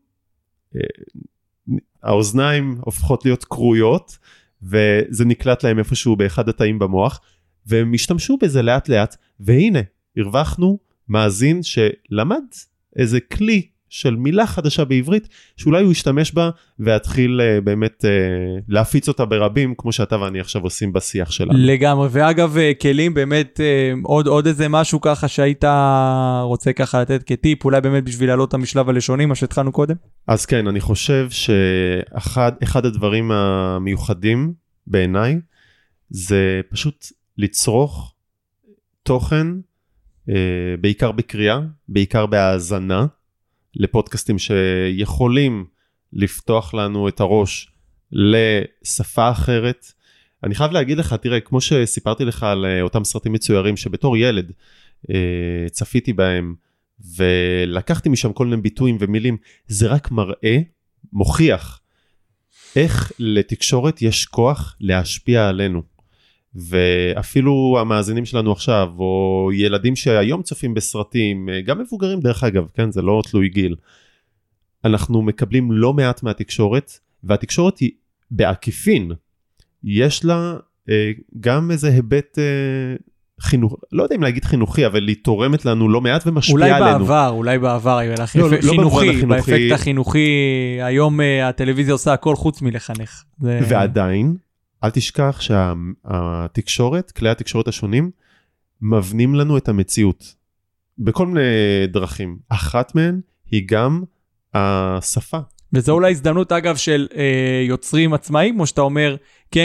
האוזניים הופכות להיות קרויות, וזה נקלט להם איפשהו באחד התאים במוח, והם השתמשו בזה לאט לאט, והנה, הרווחנו מאזין שלמד איזה כלי של מילה חדשה בעברית, שאולי הוא ישתמש בה, והתחיל באמת להפיץ אותה ברבים, כמו שאתה ואני עכשיו עושים בשיח שלנו. לגמרי, ואגב, כלים באמת, עוד איזה משהו ככה שהיית רוצה ככה לתת כטיפ, אולי באמת בשביל לעלות המשלב הלשוני, מה שהתחלנו קודם? אז כן, אני חושב שאחד הדברים המיוחדים בעיניי, זה פשוט לצרוך תוכן, בעיקר בקריאה, בעיקר בהאזנה, לפודקאסטים שיכולים לפתוח לנו את הראש לשפה אחרת. אני חייב להגיד לך, תראה, כמו שסיפרתי לך על אותם סרטים מצוירים שבתור ילד צפיתי בהם, ולקחתי משם כל מיני ביטויים ומילים, זה רק מראה, מוכיח, איך לתקשורת יש כוח להשפיע עלינו. ואפילו המאזינים שלנו עכשיו, או ילדים שהיום צופים בסרטים, גם מבוגרים דרך אגב, כן, זה לא תלוי גיל, אנחנו מקבלים לא מעט מהתקשורת, והתקשורת היא בעקיפין, יש לה גם איזה היבט חינוך, לא יודע אם להגיד חינוכי, אבל היא תורמת לנו לא מעט ומשפיעה עלינו. אולי בעבר, חינוכי, באפקט החינוכי, היום הטלוויזיה עושה הכל חוץ מלחנך. ועדיין, אל תשכח שהתקשורת, כלי התקשורת השונים, מבנים לנו את המציאות, בכל מיני דרכים. אחת מהן היא גם השפה. וזו אולי הזדמנות אגב של יוצרים עצמאיים, כמו שאתה אומר, כן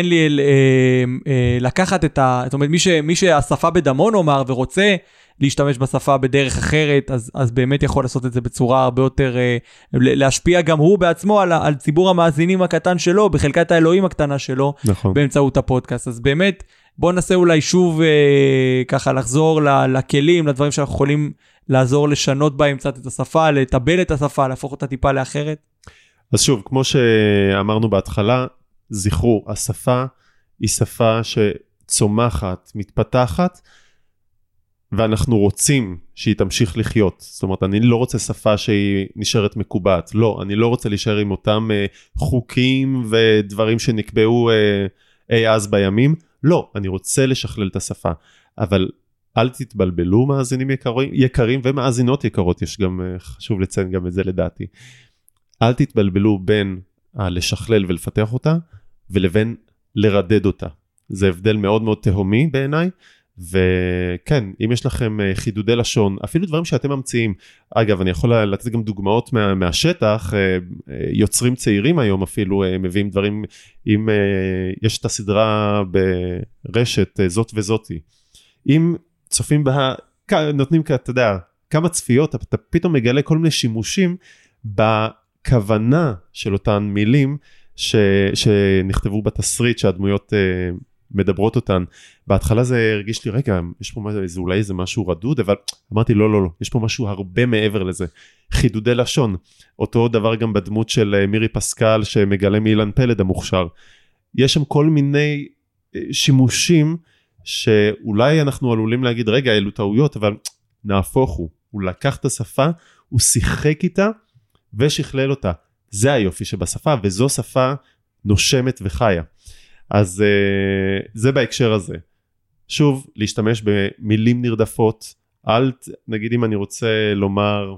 לקחת זאת אומרת, מי שהשפה בדמו נאמר ורוצה להשתמש בשפה בדרך אחרת, אז באמת יכול לעשות את זה בצורה הרבה יותר, להשפיע גם הוא בעצמו על ציבור המאזינים הקטן שלו, בחלקת האלוהים הקטנה שלו, נכון. באמצעות הפודקאסט. אז באמת, בואו ננסה אולי שוב ככה לחזור לכלים, לדברים שאנחנו יכולים לעזור לשנות בהם קצת את השפה, לטבל את השפה, להפוך אותה טיפה לאחרת. אז שוב, כמו שאמרנו בהתחלה, זכרו, השפה היא שפה שצומחת, מתפתחת, ואנחנו רוצים שהיא תמשיך לחיות. זאת אומרת, אני לא רוצה שפה שהיא נשארת מקובעת. לא, אני לא רוצה להישאר עם אותם חוקים ודברים שנקבעו אז בימים. לא, אני רוצה לשכלל את השפה. אבל אל תתבלבלו מאזינים יקרים ומאזינות יקרות, יש גם, חשוב לציין גם את זה לדעתי. אל תתבלבלו בין לשכלל ולפתח אותה, ולבין לרדד אותה. זה הבדל מאוד מאוד תהומי בעיניי, וכן, אם יש לכם חידודי לשון, אפילו דברים שאתם ממציאים, אגב, אני יכול לתת גם דוגמאות מהשטח, יוצרים צעירים היום אפילו מביאים דברים, אם יש את הסדרה ברשת זאת וזאתי, אם צופים בה, נותנים, אתה יודע, כמה צפיות, אתה פתאום מגלה כל מיני שימושים בכוונה של אותן מילים שנכתבו בתסריט שהדמויות מדברות אותן. בהתחלה זה הרגיש לי, רגע, יש פה אולי איזה משהו רדוד, אבל אמרתי לא, יש פה משהו הרבה מעבר לזה. חידודי לשון, אותו דבר גם בדמות של מירי פסקל שמגלה מאילן פלד המוכשר. יש שם כל מיני שימושים שאולי אנחנו עלולים להגיד, רגע, אלו טעויות, אבל נהפוך הוא לקח את השפה, הוא שיחק איתה ושכלל אותה. זה היופי שבשפה, וזו שפה נושמת וחיה. אז זה בהקשר הזה. שוב, להשתמש במילים נרדפות, נגיד אם אני רוצה לומר,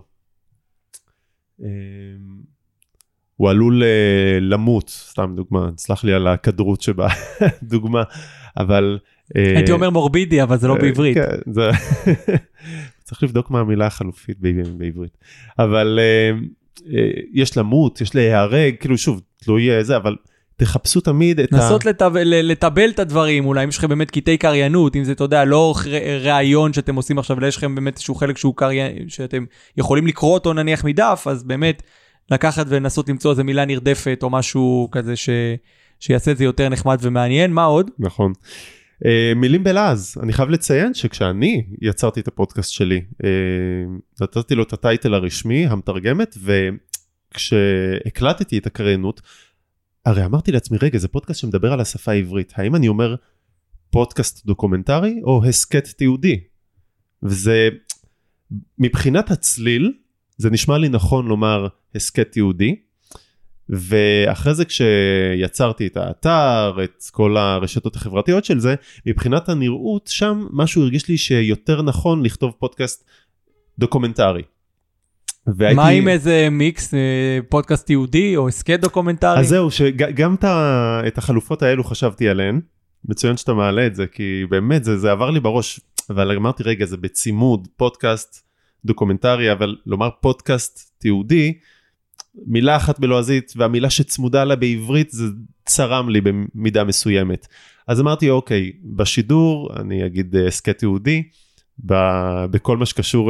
הוא עלול למות, סתם דוגמה, תסלח לי על הכדרות שבה, דוגמה, אבל הייתי אומר מורבידי, אבל זה לא בעברית. כן, זה צריך לבדוק מה המילה החלופית בעברית. אבל יש למות, יש להיהרג, כאילו שוב, תלוי זה, אבל תחפשו תמיד את נסות לטבל את הדברים, אולי אם יש לכם באמת קטעי קריינות, אם זה, אתה יודע, לא רעיון שאתם עושים עכשיו, אלא יש לכם באמת איזשהו חלק שהוא שאתם יכולים לקרוא אותו נניח מדף, אז באמת לקחת ולנסות למצוא איזו מילה נרדפת, או משהו כזה שיעשה את זה יותר נחמד ומעניין. מה עוד? נכון. מילים בלעז, אני חייב לציין שכשאני יצרתי את הפודקאסט שלי, נתתי לו את הטייטל הרשמי, המתרגמת, כשהקלטתי את הקריינות, הרי אמרתי לעצמי, רגע, זה פודקאסט שמדבר על השפה העברית, האם אני אומר פודקאסט דוקומנטרי או הסקט תיעודי? וזה, מבחינת הצליל, זה נשמע לי נכון לומר הסקט תיעודי, ואחרי זה כשיצרתי את האתר, את כל הרשתות החברתיות של זה, מבחינת הנראות שם, משהו הרגיש לי שיותר נכון לכתוב פודקאסט דוקומנטרי. מה עם איזה מיקס, פודקאסט יהודי או הסקט דוקומנטרי? אז זהו, שגם את החלופות האלו חשבתי עליהן, מצוין שאתה מעלה את זה, כי באמת זה עבר לי בראש, אבל אמרתי רגע, זה בצימוד, פודקאסט דוקומנטרי, אבל לומר פודקאסט תיעודי, מילה אחת בלועזית, והמילה שצמודה לה בעברית, זה צרם לי במידה מסוימת. אז אמרתי, אוקיי, בשידור, אני אגיד הסקט תיעודי, בכל מה שקשור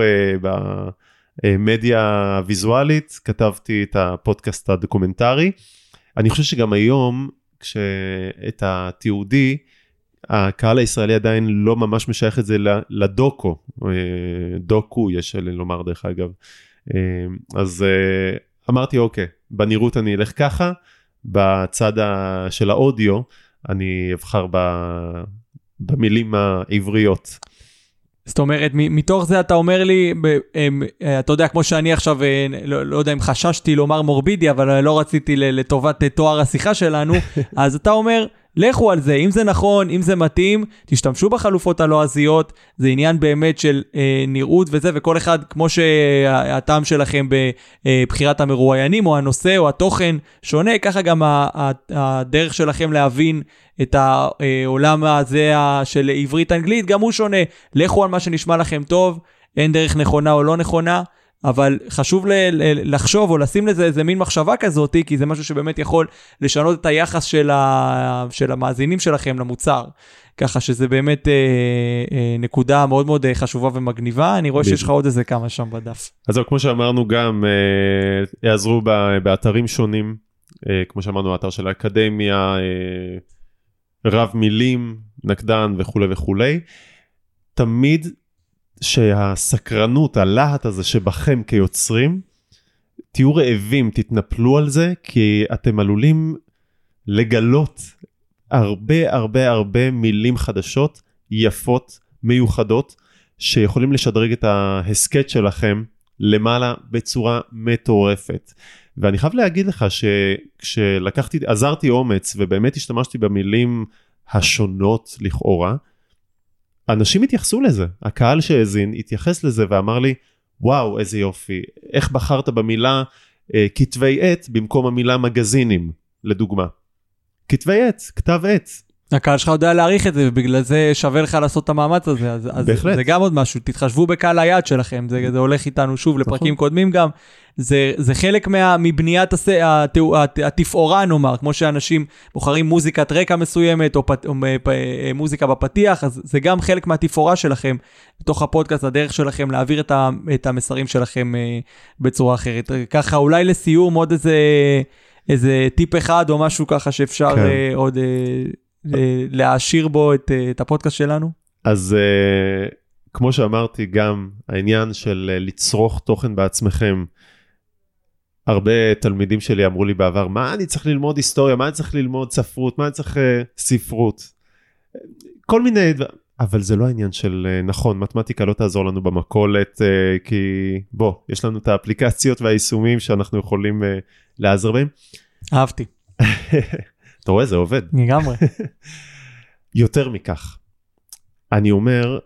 במדיה ויזואלית, כתבתי את הפודקאסט הדוקומנטרי. אני חושב שגם היום, כשאת התיעודי, הקהל הישראלי עדיין לא ממש משייך את זה לדוקו, דוקו יש לומר דרך אגב. אז אמרתי אוקיי, בנראות אני אלך ככה, בצד של האודיו אני אבחר במילים העבריות. זאת אומרת, מתוך זה אתה אומר לי, אתה יודע, כמו שאני עכשיו, לא יודע אם חששתי לומר מורבידי, אבל לא רציתי לטובת תואר השיחה שלנו, אז אתה אומר, לכו על זה, אם זה נכון, אם זה מתאים, תשתמשו בחלופות הלועזיות, זה עניין באמת של נראות וזה, וכל אחד, כמו שהטעם שלכם בבחירת המרואיינים, או הנושא, או התוכן שונה, ככה גם הדרך שלכם להבין את העולם הזה של עברית-אנגלית, גם הוא שונה. לכו על מה שנשמע לכם טוב, אין דרך נכונה או לא נכונה, אבל חשוב לחשוב או לשים לזה איזה מין מחשבה כזאת, כי זה משהו שבאמת יכול לשנות את היחס של המאזינים שלכם למוצר. ככה שזה באמת נקודה מאוד מאוד חשובה ומגניבה. אני רואה שיש לך עוד איזה כמה שם בדף. אז כמו שאמרנו גם, יעזרו באתרים שונים, כמו שאמרנו, האתר של האקדמיה, רב מילים, נקדן וכו' וכו'. תמיד שהסקרנות, הלהט הזה שבכם כיוצרים, תהיו רעבים, תתנפלו על זה, כי אתם עלולים לגלות הרבה מילים חדשות, יפות, מיוחדות, שיכולים לשדרג את ההסקט שלכם למעלה בצורה מטורפת. ואני חייב להגיד לך שכשלקחתי, עזרתי אומץ, ובאמת השתמשתי במילים השונות לכאורה, אנשים התייחסו לזה, הקהל שהאזין התייחס לזה ואמר לי, וואו איזה יופי, איך בחרת במילה כתבי עת במקום המילה מגזינים, לדוגמה. כתבי עת, כתב עת. הקהל שלך יודע להעריך את זה, ובגלל זה שווה לך לעשות את המאמץ הזה, אז זה גם עוד משהו, תתחשבו בקהל היד שלכם, זה הולך איתנו שוב לפרקים קודמים גם, זה חלק מבניית התפאורה נאמר, כמו שאנשים בוחרים מוזיקת רקע מסוימת, או מוזיקה בפתיח, אז זה גם חלק מהתפאורה שלכם, בתוך הפודקאסט, הדרך שלכם להעביר את המסרים שלכם בצורה אחרת. ככה אולי לסיום עוד איזה טיפ אחד, או משהו ככה שאפשר עוד להעשיר בו את הפודקאסט שלנו? אז כמו שאמרתי, גם העניין של לצרוך תוכן בעצמכם, הרבה תלמידים שלי אמרו לי בעבר, מה אני צריך ללמוד היסטוריה, מה אני צריך ללמוד ספרות, מה אני צריך ספרות, כל מיני, אבל זה לא העניין של נכון, מתמטיקה לא תעזור לנו במקולת, כי בוא, יש לנו את האפליקציות והיישומים שאנחנו יכולים לעזר בהם. אהבתי. אתה רואה, זה עובד. לגמרי. יותר מכך, אני אומר,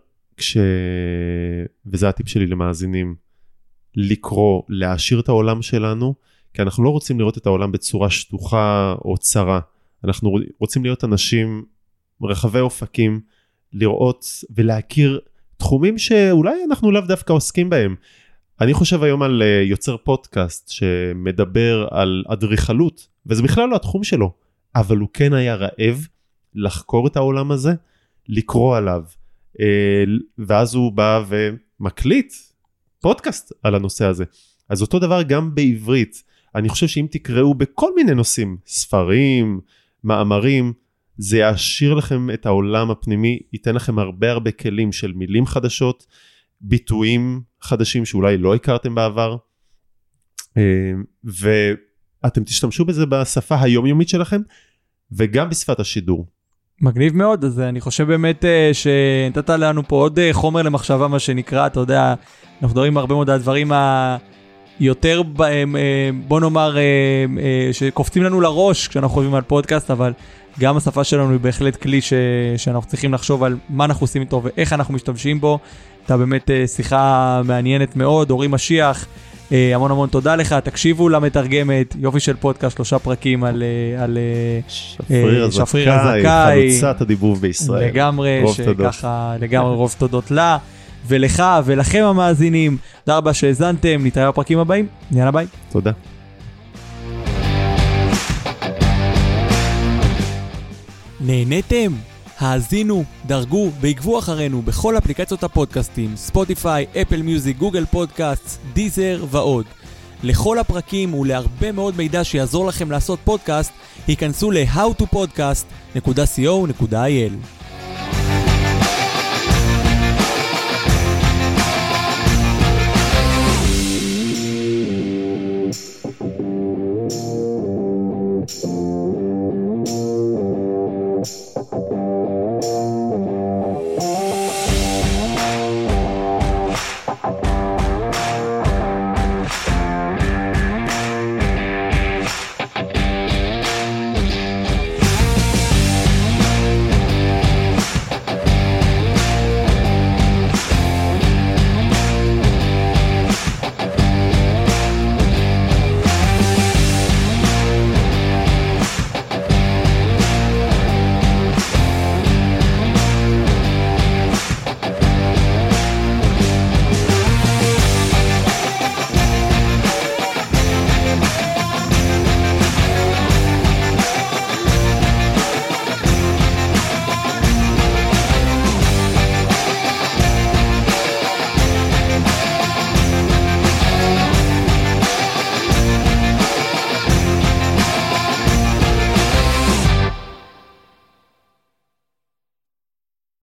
וזה הטיפ שלי למאזינים, לקרוא, להעשיר את העולם שלנו, כי אנחנו לא רוצים לראות את העולם בצורה שטוחה או צרה, אנחנו רוצים להיות אנשים רחבי אופקים, לראות ולהכיר תחומים שאולי אנחנו לאו דווקא עוסקים בהם. אני חושב היום על יוצר פודקאסט שמדבר על אדריכלות, וזה בכלל לא התחום שלו, אבל הוא כן היה רעב לחקור את העולם הזה, לקרוא עליו, ואז הוא בא ומקליט פודקאסט על הנושא הזה. אז אותו דבר גם בעברית, אני חושב שאם תקראו בכל מיני נושאים, ספרים, מאמרים, זה יעשיר לכם את העולם הפנימי, ייתן לכם הרבה כלים של מילים חדשות, ביטויים חדשים שאולי לא הכרתם בעבר, ואתם תשתמשו בזה בשפה היומיומית שלכם, וגם בשפת השידור. מגניב מאוד, אז אני חושב באמת שנתת לנו פה עוד חומר למחשבה, מה שנקרא, אתה יודע, אנחנו מדברים הרבה מאוד על הדברים היותר, בוא נאמר, שקופצים לנו לראש כשאנחנו חושבים על פודקאסט, אבל גם השפה שלנו היא בהחלט כלי שאנחנו צריכים לחשוב על מה אנחנו עושים איתו ואיך אנחנו משתמשים בו. אתה באמת שיחה מעניינת מאוד, אורי משיח, המון המון תודה לך, תקשיבו למתרגמת, יופי של פודקאסט, 3 פרקים על שפריר הזכאי, חלוצת הדיבוב בישראל. לגמרי, שככה לגמרי רוב תודות לה, ולך ולכם המאזינים, תודה רבה שהזנתם, נתראה בפרקים הבאים, יאללה ביי. תודה. נהניתם? האזינו, דרגו ועקבו אחרינו בכל אפליקציות הפודקאסטים, ספוטיפיי, אפל מיוזיק, גוגל פודקאסט, דיזר ועוד. לכל הפרקים ולהרבה מאוד מידע שיעזור לכם לעשות פודקאסט, היכנסו ל-howtopodcast.co.il.